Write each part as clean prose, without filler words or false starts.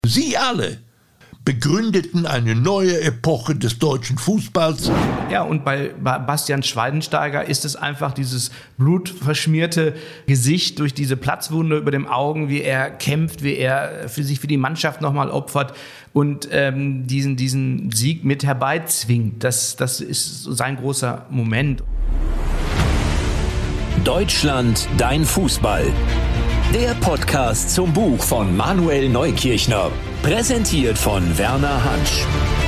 Sie alle begründeten eine neue Epoche des deutschen Fußballs. Ja, und bei Bastian Schweinsteiger ist es einfach dieses blutverschmierte Gesicht durch diese Platzwunde über den Augen, wie er kämpft, wie er sich für die Mannschaft nochmal opfert und diesen Sieg mit herbeizwingt. Das ist sein großer Moment. Deutschland, dein Fußball. Der Podcast zum Buch von Manuel Neukirchner. Präsentiert von Werner Hansch.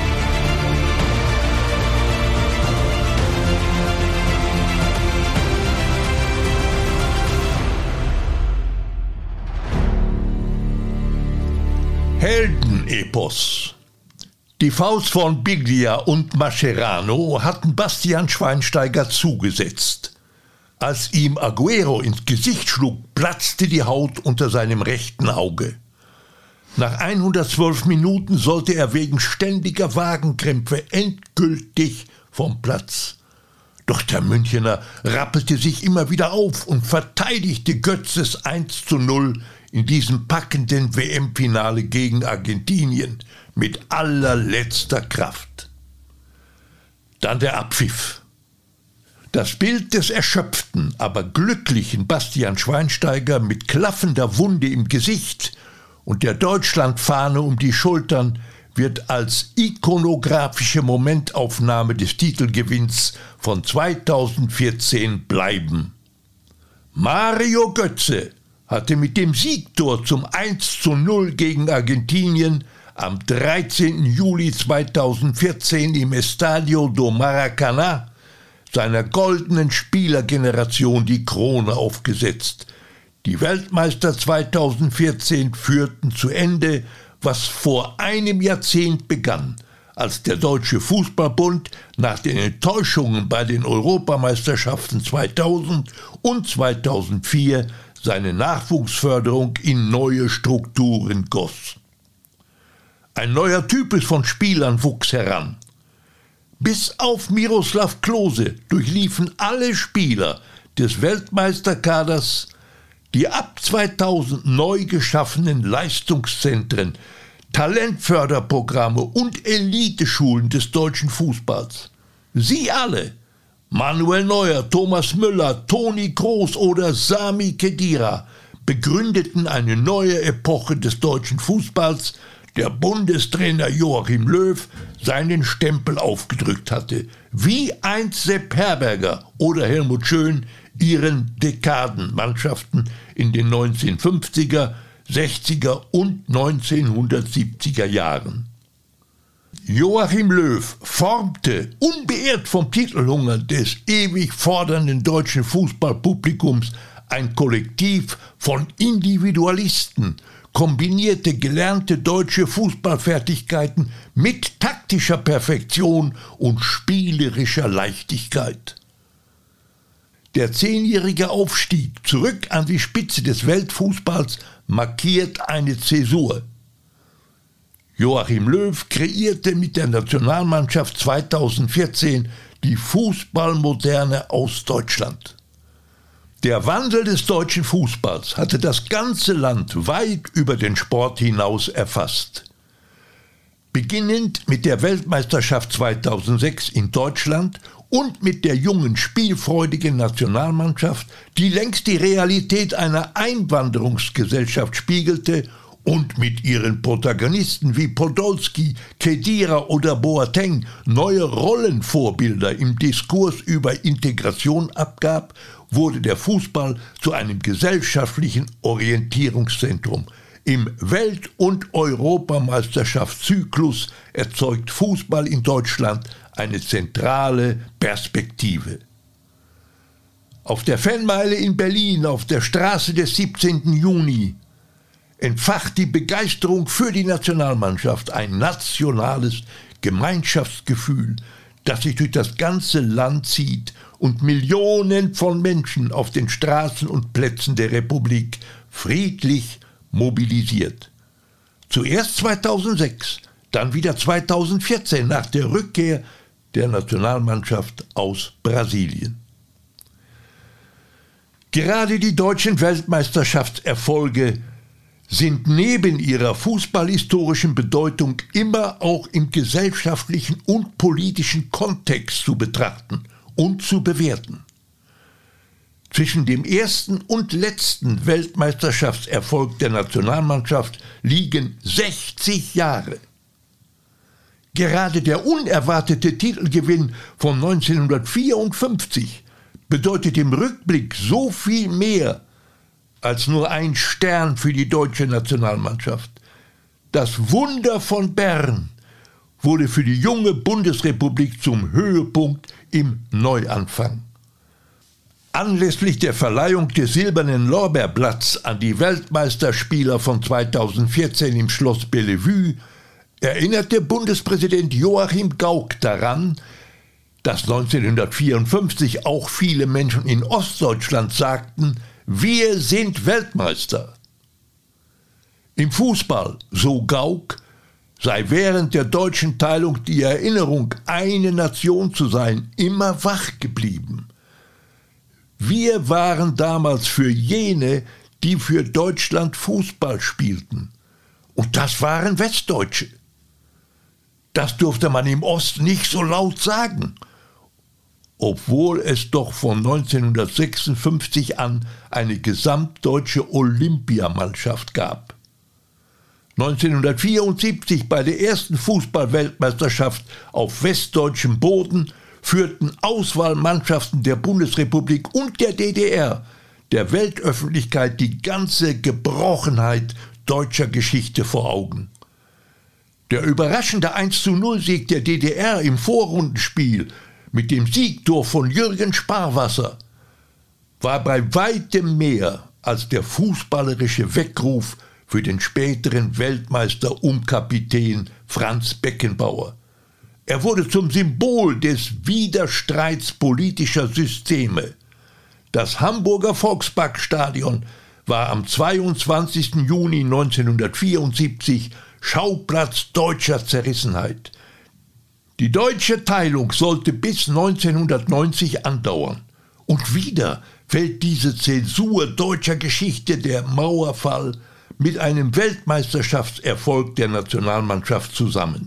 Heldenepos. Die Faust von Biglia und Mascherano hatten Bastian Schweinsteiger zugesetzt. Als ihm Aguero ins Gesicht schlug, platzte die Haut unter seinem rechten Auge. Nach 112 Minuten sollte er wegen ständiger Wagenkrämpfe endgültig vom Platz. Doch der Münchener rappelte sich immer wieder auf und verteidigte Götzes 1:0 in diesem packenden WM-Finale gegen Argentinien mit allerletzter Kraft. Dann der Abpfiff. Das Bild des erschöpften, aber glücklichen Bastian Schweinsteiger mit klaffender Wunde im Gesicht und der Deutschlandfahne um die Schultern wird als ikonografische Momentaufnahme des Titelgewinns von 2014 bleiben. Mario Götze hatte mit dem Siegtor zum 1:0 gegen Argentinien am 13. Juli 2014 im Estadio do Maracanã seiner goldenen Spielergeneration die Krone aufgesetzt. Die Weltmeister 2014 führten zu Ende, was vor einem Jahrzehnt begann, als der Deutsche Fußballbund nach den Enttäuschungen bei den Europameisterschaften 2000 und 2004 seine Nachwuchsförderung in neue Strukturen goss. Ein neuer Typus von Spielern wuchs heran. Bis auf Miroslav Klose durchliefen alle Spieler des Weltmeisterkaders die ab 2000 neu geschaffenen Leistungszentren, Talentförderprogramme und Eliteschulen des deutschen Fußballs. Sie alle, Manuel Neuer, Thomas Müller, Toni Kroos oder Sami Khedira, begründeten eine neue Epoche des deutschen Fußballs, der Bundestrainer Joachim Löw seinen Stempel aufgedrückt hatte, wie einst Sepp Herberger oder Helmut Schön ihren Dekadenmannschaften in den 1950er, 60er und 1970er Jahren. Joachim Löw formte, unbeirrt vom Titelhunger des ewig fordernden deutschen Fußballpublikums, ein Kollektiv von Individualisten, kombinierte gelernte deutsche Fußballfertigkeiten mit taktischer Perfektion und spielerischer Leichtigkeit. Der 10-jährige Aufstieg zurück an die Spitze des Weltfußballs markiert eine Zäsur. Joachim Löw kreierte mit der Nationalmannschaft 2014 die Fußballmoderne aus Deutschland. Der Wandel des deutschen Fußballs hatte das ganze Land weit über den Sport hinaus erfasst. Beginnend mit der Weltmeisterschaft 2006 in Deutschland und mit der jungen, spielfreudigen Nationalmannschaft, die längst die Realität einer Einwanderungsgesellschaft spiegelte und mit ihren Protagonisten wie Podolski, Khedira oder Boateng neue Rollenvorbilder im Diskurs über Integration abgab, wurde der Fußball zu einem gesellschaftlichen Orientierungszentrum. Im Welt- und Europameisterschaftszyklus erzeugt Fußball in Deutschland eine zentrale Perspektive. Auf der Fanmeile in Berlin, auf der Straße des 17. Juni, entfacht die Begeisterung für die Nationalmannschaft ein nationales Gemeinschaftsgefühl, das sich durch das ganze Land zieht und Millionen von Menschen auf den Straßen und Plätzen der Republik friedlich mobilisiert. Zuerst 2006, dann wieder 2014 nach der Rückkehr der Nationalmannschaft aus Brasilien. Gerade die deutschen Weltmeisterschaftserfolge sind neben ihrer fußballhistorischen Bedeutung immer auch im gesellschaftlichen und politischen Kontext zu betrachten und zu bewerten. Zwischen dem ersten und letzten Weltmeisterschaftserfolg der Nationalmannschaft liegen 60 Jahre. Gerade der unerwartete Titelgewinn von 1954 bedeutet im Rückblick so viel mehr als nur ein Stern für die deutsche Nationalmannschaft. Das Wunder von Bern wurde für die junge Bundesrepublik zum Höhepunkt im Neuanfang. Anlässlich der Verleihung des Silbernen Lorbeerblatts an die Weltmeisterspieler von 2014 im Schloss Bellevue erinnerte Bundespräsident Joachim Gauck daran, dass 1954 auch viele Menschen in Ostdeutschland sagten, wir sind Weltmeister. Im Fußball, so Gauck, sei während der deutschen Teilung die Erinnerung, eine Nation zu sein, immer wach geblieben. Wir waren damals für jene, die für Deutschland Fußball spielten. Und das waren Westdeutsche. Das durfte man im Osten nicht so laut sagen, obwohl es doch von 1956 an eine gesamtdeutsche Olympiamannschaft gab. 1974 bei der ersten Fußball-Weltmeisterschaft auf westdeutschem Boden führten Auswahlmannschaften der Bundesrepublik und der DDR der Weltöffentlichkeit die ganze Gebrochenheit deutscher Geschichte vor Augen. Der überraschende 1:0-Sieg der DDR im Vorrundenspiel mit dem Siegtor von Jürgen Sparwasser war bei weitem mehr als der fußballerische Weckruf für den späteren Weltmeister-Kapitän Franz Beckenbauer. Er wurde zum Symbol des Widerstreits politischer Systeme. Das Hamburger Volksparkstadion war am 22. Juni 1974 Schauplatz deutscher Zerrissenheit. Die deutsche Teilung sollte bis 1990 andauern. Und wieder fällt diese Zäsur deutscher Geschichte, der Mauerfall, mit einem Weltmeisterschaftserfolg der Nationalmannschaft zusammen.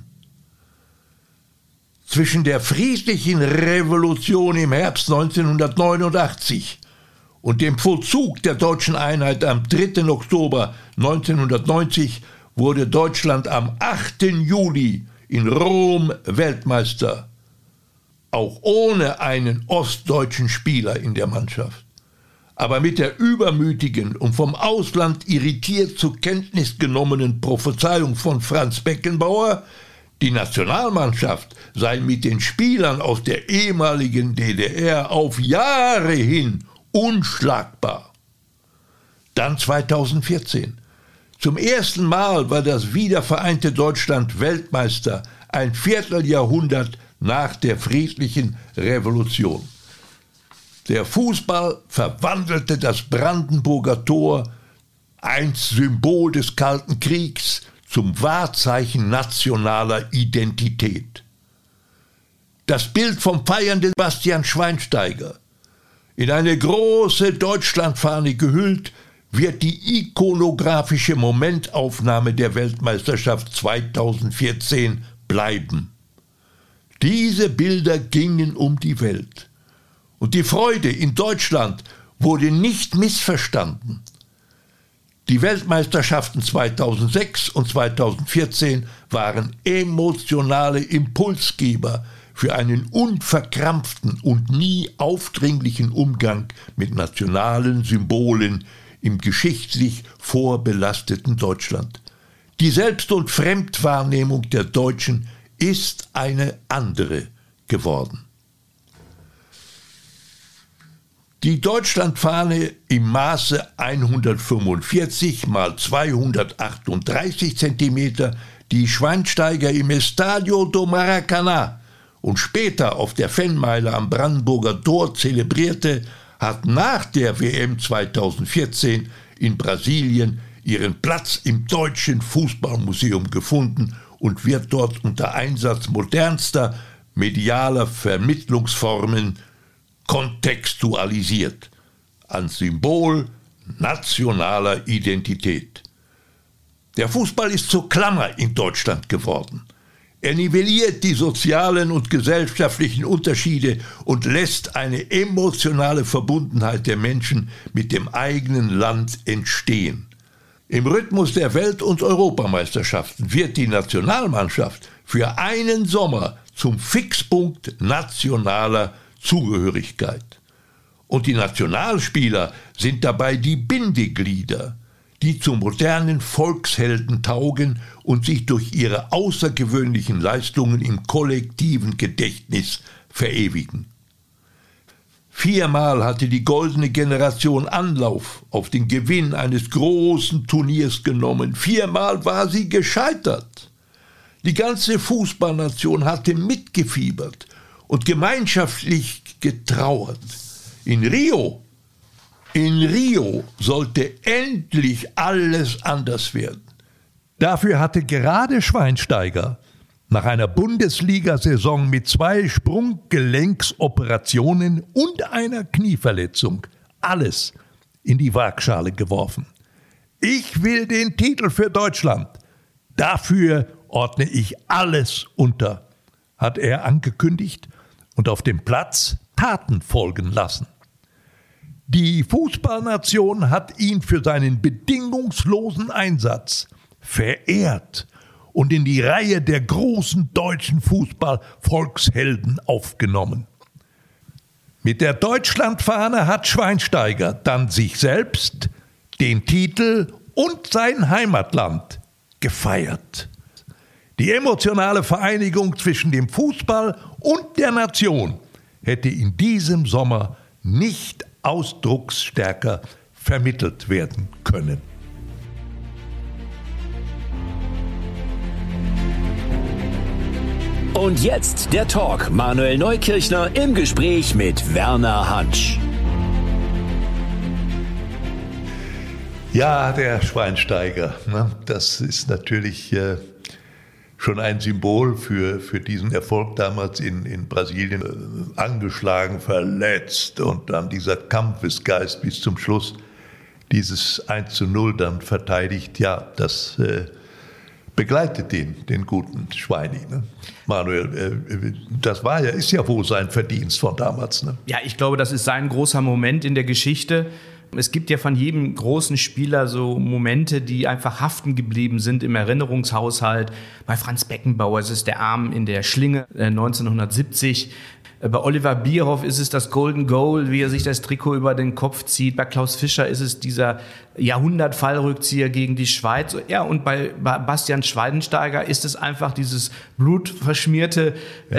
Zwischen der friedlichen Revolution im Herbst 1989 und dem Vollzug der deutschen Einheit am 3. Oktober 1990 wurde Deutschland am 8. Juli in Rom Weltmeister, auch ohne einen ostdeutschen Spieler in der Mannschaft. Aber mit der übermütigen und vom Ausland irritiert zur Kenntnis genommenen Prophezeiung von Franz Beckenbauer, die Nationalmannschaft sei mit den Spielern aus der ehemaligen DDR auf Jahre hin unschlagbar. Dann 2014. Zum ersten Mal war das wiedervereinte Deutschland Weltmeister, ein Vierteljahrhundert nach der friedlichen Revolution. Der Fußball verwandelte das Brandenburger Tor, einst Symbol des Kalten Kriegs, zum Wahrzeichen nationaler Identität. Das Bild vom feiernden Bastian Schweinsteiger, in eine große Deutschlandfahne gehüllt, wird die ikonografische Momentaufnahme der Weltmeisterschaft 2014 bleiben. Diese Bilder gingen um die Welt. Und die Freude in Deutschland wurde nicht missverstanden. Die Weltmeisterschaften 2006 und 2014 waren emotionale Impulsgeber für einen unverkrampften und nie aufdringlichen Umgang mit nationalen Symbolen im geschichtlich vorbelasteten Deutschland. Die Selbst- und Fremdwahrnehmung der Deutschen ist eine andere geworden. Die Deutschlandfahne im Maße 145 x 238 cm, die Schweinsteiger im Estadio do Maracanã und später auf der Fanmeile am Brandenburger Tor zelebrierte, hat nach der WM 2014 in Brasilien ihren Platz im Deutschen Fußballmuseum gefunden und wird dort unter Einsatz modernster medialer Vermittlungsformen kontextualisiert, als Symbol nationaler Identität. Der Fußball ist zur Klammer in Deutschland geworden. Er nivelliert die sozialen und gesellschaftlichen Unterschiede und lässt eine emotionale Verbundenheit der Menschen mit dem eigenen Land entstehen. Im Rhythmus der Welt- und Europameisterschaften wird die Nationalmannschaft für einen Sommer zum Fixpunkt nationaler Zugehörigkeit. Und die Nationalspieler sind dabei die Bindeglieder, die zu modernen Volkshelden taugen und sich durch ihre außergewöhnlichen Leistungen im kollektiven Gedächtnis verewigen. 4-mal hatte die goldene Generation Anlauf auf den Gewinn eines großen Turniers genommen. 4-mal war sie gescheitert. Die ganze Fußballnation hatte mitgefiebert und gemeinschaftlich getrauert. In Rio sollte endlich alles anders werden. Dafür hatte gerade Schweinsteiger nach einer Bundesliga-Saison mit 2 Sprunggelenksoperationen und einer Knieverletzung alles in die Waagschale geworfen. Ich will den Titel für Deutschland. Dafür ordne ich alles unter, hat er angekündigt und auf dem Platz Taten folgen lassen. Die Fußballnation hat ihn für seinen bedingungslosen Einsatz verehrt und in die Reihe der großen deutschen Fußball-Volkshelden aufgenommen. Mit der Deutschlandfahne hat Schweinsteiger dann sich selbst, den Titel und sein Heimatland gefeiert. Die emotionale Vereinigung zwischen dem Fußball und der Nation hätte in diesem Sommer nicht ausdrucksstärker vermittelt werden können. Und jetzt der Talk. Manuel Neukirchner im Gespräch mit Werner Hansch. Ja, der Schweinsteiger, ne? Das ist natürlich schon ein Symbol für diesen Erfolg damals in Brasilien. Angeschlagen, verletzt und dann dieser Kampfesgeist bis zum Schluss, dieses 1:0 dann verteidigt. Ja, das begleitet den guten Schweini. Ne? Manuel, das ist ja wohl sein Verdienst von damals. Ne? Ja, ich glaube, das ist sein großer Moment in der Geschichte. Es gibt ja von jedem großen Spieler so Momente, die einfach haften geblieben sind im Erinnerungshaushalt. Bei Franz Beckenbauer ist es der Arm in der Schlinge 1970. Bei Oliver Bierhoff ist es das Golden Goal, wie er sich das Trikot über den Kopf zieht. Bei Klaus Fischer ist es dieser Jahrhundertfallrückzieher gegen die Schweiz. Ja, und bei Bastian Schweinsteiger ist es einfach dieses blutverschmierte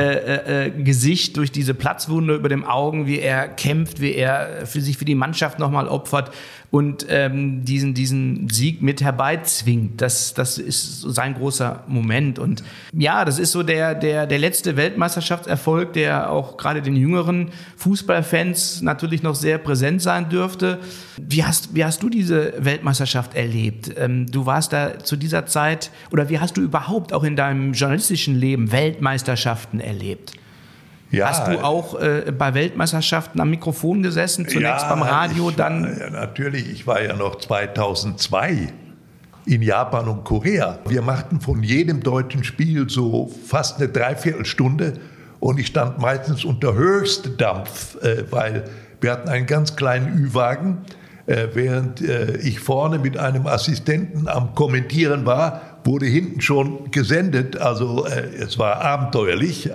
Gesicht durch diese Platzwunde über den Augen, wie er kämpft, wie er sich für die Mannschaft nochmal opfert und diesen Sieg mit herbeizwingt. Das ist so sein großer Moment. Und ja, das ist so der letzte Weltmeisterschaftserfolg, der auch gerade den jüngeren Fußballfans natürlich noch sehr präsent sein dürfte. Wie hast du diese Weltmeisterschaft erlebt? Du warst da zu dieser Zeit, oder wie hast du überhaupt auch in deinem journalistischen Leben Weltmeisterschaften erlebt? Ja, hast du auch bei Weltmeisterschaften am Mikrofon gesessen, zunächst beim Radio, dann? Ja, natürlich, ich war ja noch 2002 in Japan und Korea. Wir machten von jedem deutschen Spiel so fast eine Dreiviertelstunde und ich stand meistens unter Höchstdampf, weil wir hatten einen ganz kleinen Ü-Wagen, während ich vorne mit einem Assistenten am Kommentieren war, wurde hinten schon gesendet. Also es war abenteuerlich,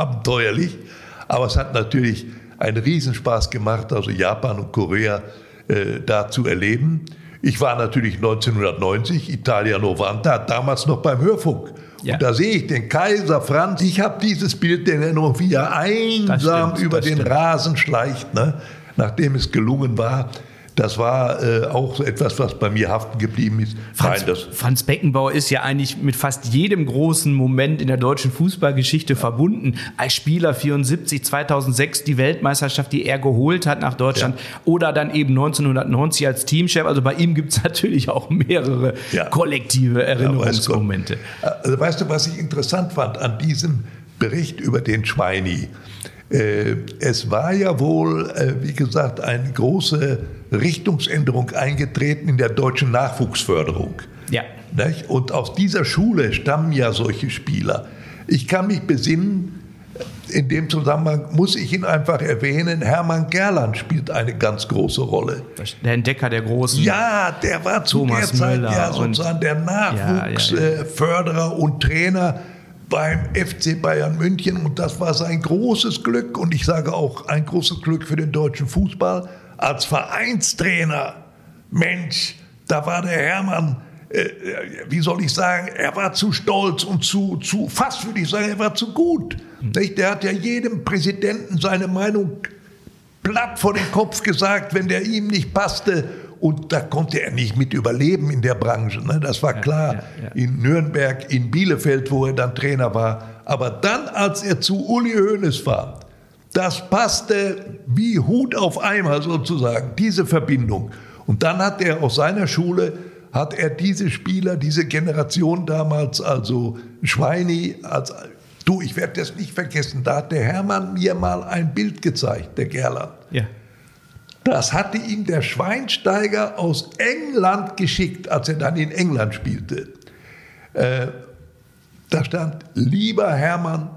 aber es hat natürlich einen Riesenspaß gemacht, also Japan und Korea da zu erleben. Ich war natürlich 1990, Italia 90, damals noch beim Hörfunk. Ja. Und da sehe ich den Kaiser Franz. Ich habe dieses Bild in Erinnerung, wie er einsam über den Rasen schleicht, ne? Nachdem es gelungen war. Das war auch so etwas, was bei mir haften geblieben ist. Franz Beckenbauer ist ja eigentlich mit fast jedem großen Moment in der deutschen Fußballgeschichte verbunden. Als Spieler 74, 2006 die Weltmeisterschaft, die er geholt hat nach Deutschland, oder dann eben 1990 als Teamchef. Also bei ihm gibt es natürlich auch mehrere kollektive Erinnerungsmomente. Also weißt du, was ich interessant fand an diesem Bericht über den Schweini? Es war ja wohl, wie gesagt, eine große Richtungsänderung eingetreten in der deutschen Nachwuchsförderung. Ja. Nicht? Und aus dieser Schule stammen ja solche Spieler. Ich kann mich besinnen, in dem Zusammenhang muss ich ihn einfach erwähnen, Hermann Gerland spielt eine ganz große Rolle. Der Entdecker der Großen. Ja, der war zu der Zeit ja sozusagen der Nachwuchsförderer und Trainer beim FC Bayern München. Und das war sein großes Glück. Und ich sage auch ein großes Glück für den deutschen Fußball. Als Vereinstrainer, Mensch, da war der Hermann, wie soll ich sagen, er war zu stolz und zu fast würde ich sagen, er war zu gut. Der hat ja jedem Präsidenten seine Meinung platt vor den Kopf gesagt, wenn der ihm nicht passte. Und da konnte er nicht mit überleben in der Branche. Ne? Das war klar. In Nürnberg, in Bielefeld, wo er dann Trainer war. Aber dann, als er zu Uli Hoeneß war, das passte wie Hut auf Eimer sozusagen, diese Verbindung. Und dann hat er aus seiner Schule, hat er diese Spieler, diese Generation damals, also Schweini, ich werde das nicht vergessen, da hat der Hermann mir mal ein Bild gezeigt, der Gerland. Ja. Das hatte ihm der Schweinsteiger aus England geschickt, als er dann in England spielte. Da stand, lieber Hermann,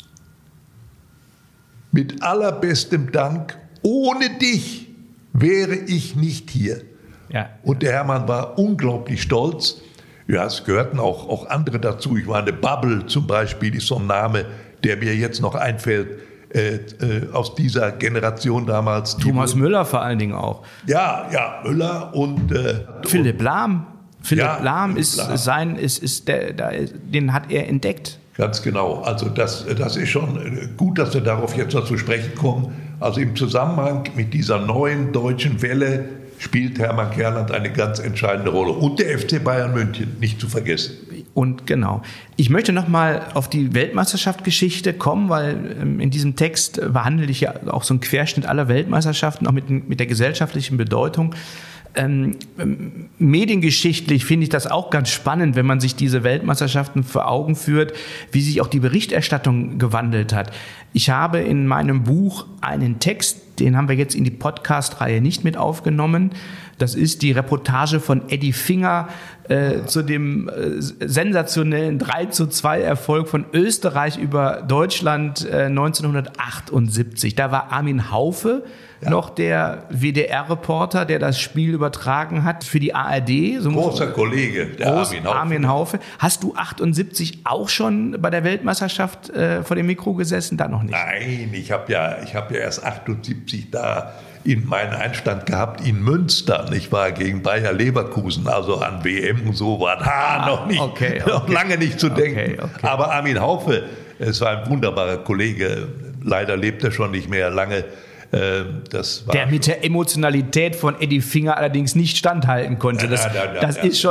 mit allerbestem Dank, ohne dich wäre ich nicht hier. Ja. Und der Hermann war unglaublich stolz. Ja, es gehörten auch andere dazu. Ich meine, Babbel zum Beispiel ist so ein Name, der mir jetzt noch einfällt, aus dieser Generation damals. Thomas Müller vor allen Dingen auch. Ja, Müller und Philipp Lahm. Lahm ist Lahm. Den hat er entdeckt. Ganz genau. Also das ist schon gut, dass wir darauf jetzt noch zu sprechen kommen. Also im Zusammenhang mit dieser neuen deutschen Welle spielt Hermann Gerland eine ganz entscheidende Rolle. Und der FC Bayern München, nicht zu vergessen. Und genau. Ich möchte nochmal auf die Weltmeisterschaftsgeschichte kommen, weil in diesem Text behandle ich ja auch so einen Querschnitt aller Weltmeisterschaften, auch mit der gesellschaftlichen Bedeutung. Mediengeschichtlich finde ich das auch ganz spannend, wenn man sich diese Weltmeisterschaften vor Augen führt, wie sich auch die Berichterstattung gewandelt hat. Ich habe in meinem Buch einen Text, den haben wir jetzt in die Podcast-Reihe nicht mit aufgenommen. Das ist die Reportage von Eddie Finger zu dem sensationellen 3:2 Erfolg von Österreich über Deutschland 1978. Da war Armin Haufe noch der WDR-Reporter, der das Spiel übertragen hat für die ARD. So großer Kollege, der Armin Haufe. Hast du 78 auch schon bei der Weltmeisterschaft vor dem Mikro gesessen? Da noch nicht? Nein, ich hab ja erst 78 da in meinen Einstand gehabt in Münster, nicht wahr, gegen Bayer Leverkusen, also an WM und so war da noch nicht, noch lange nicht zu denken. Okay. Aber Armin Haufe, es war ein wunderbarer Kollege, leider lebt er schon nicht mehr lange. Das war der mit der Emotionalität von Eddie Finger allerdings nicht standhalten konnte. Das ist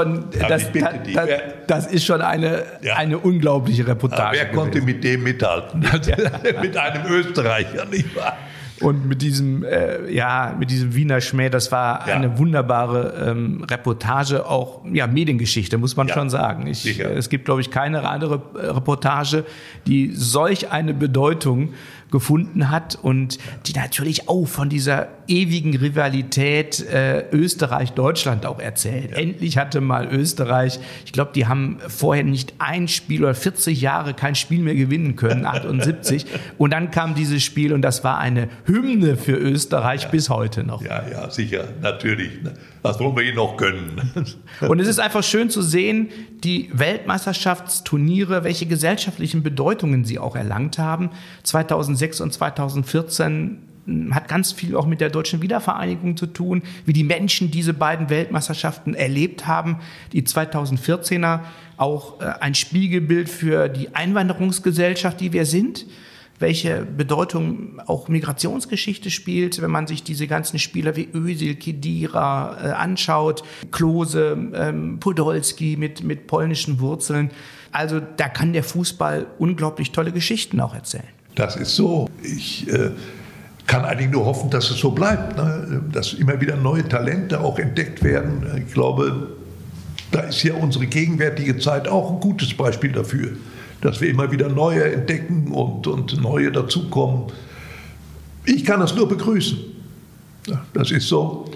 schon eine unglaubliche Reportage. Wer konnte mit dem mithalten? Mit einem Österreicher, nicht wahr? Und mit diesem Wiener Schmäh, das war eine wunderbare Reportage, auch Mediengeschichte, muss man schon sagen. Es gibt, glaube ich, keine andere Reportage, die solch eine Bedeutung gefunden hat und die natürlich auch von dieser ewigen Rivalität Österreich-Deutschland auch erzählt. Ja. Endlich hatte mal Österreich, ich glaube, die haben vorher nicht ein Spiel oder 40 Jahre kein Spiel mehr gewinnen können, 78. Und dann kam dieses Spiel und das war eine Hymne für Österreich bis heute noch. Ja, sicher, natürlich. Das wollen wir ihnen noch gönnen. Und es ist einfach schön zu sehen, die Weltmeisterschaftsturniere, welche gesellschaftlichen Bedeutungen sie auch erlangt haben. 2006 und 2014 hat ganz viel auch mit der deutschen Wiedervereinigung zu tun, wie die Menschen diese beiden Weltmeisterschaften erlebt haben. Die 2014er auch ein Spiegelbild für die Einwanderungsgesellschaft, die wir sind. Welche Bedeutung auch Migrationsgeschichte spielt, wenn man sich diese ganzen Spieler wie Özil, Khedira anschaut, Klose, Podolski mit polnischen Wurzeln. Also da kann der Fußball unglaublich tolle Geschichten auch erzählen. Das ist so. Ich kann eigentlich nur hoffen, dass es so bleibt, ne? Dass immer wieder neue Talente auch entdeckt werden. Ich glaube, da ist ja unsere gegenwärtige Zeit auch ein gutes Beispiel dafür, dass wir immer wieder neue entdecken und neue dazukommen. Ich kann das nur begrüßen. Ja, das ist so.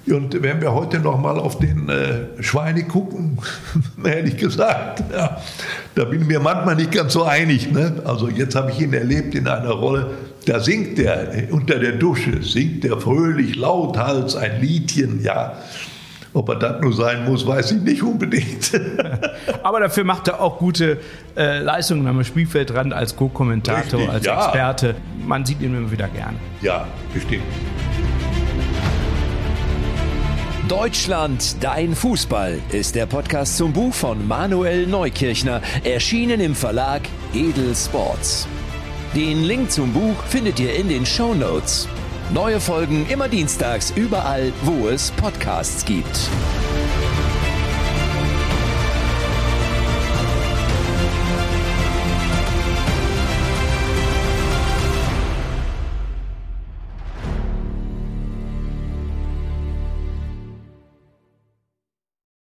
Und wenn wir heute noch mal auf den Schweine gucken, ehrlich gesagt, ja, da bin ich mir manchmal nicht ganz so einig. Ne? Also jetzt habe ich ihn erlebt in einer Rolle, da singt er unter der Dusche, singt er fröhlich, lauthals ein Liedchen, ja. Ob er das nur sein muss, weiß ich nicht unbedingt. Aber dafür macht er auch gute Leistungen am Spielfeldrand als Co-Kommentator, Richtig, als ja. Experte. Man sieht ihn immer wieder gerne. Ja, bestimmt. Deutschland, dein Fußball ist der Podcast zum Buch von Manuel Neukirchner, erschienen im Verlag Edel Sports. Den Link zum Buch findet ihr in den Shownotes. Neue Folgen immer dienstags überall, wo es Podcasts gibt.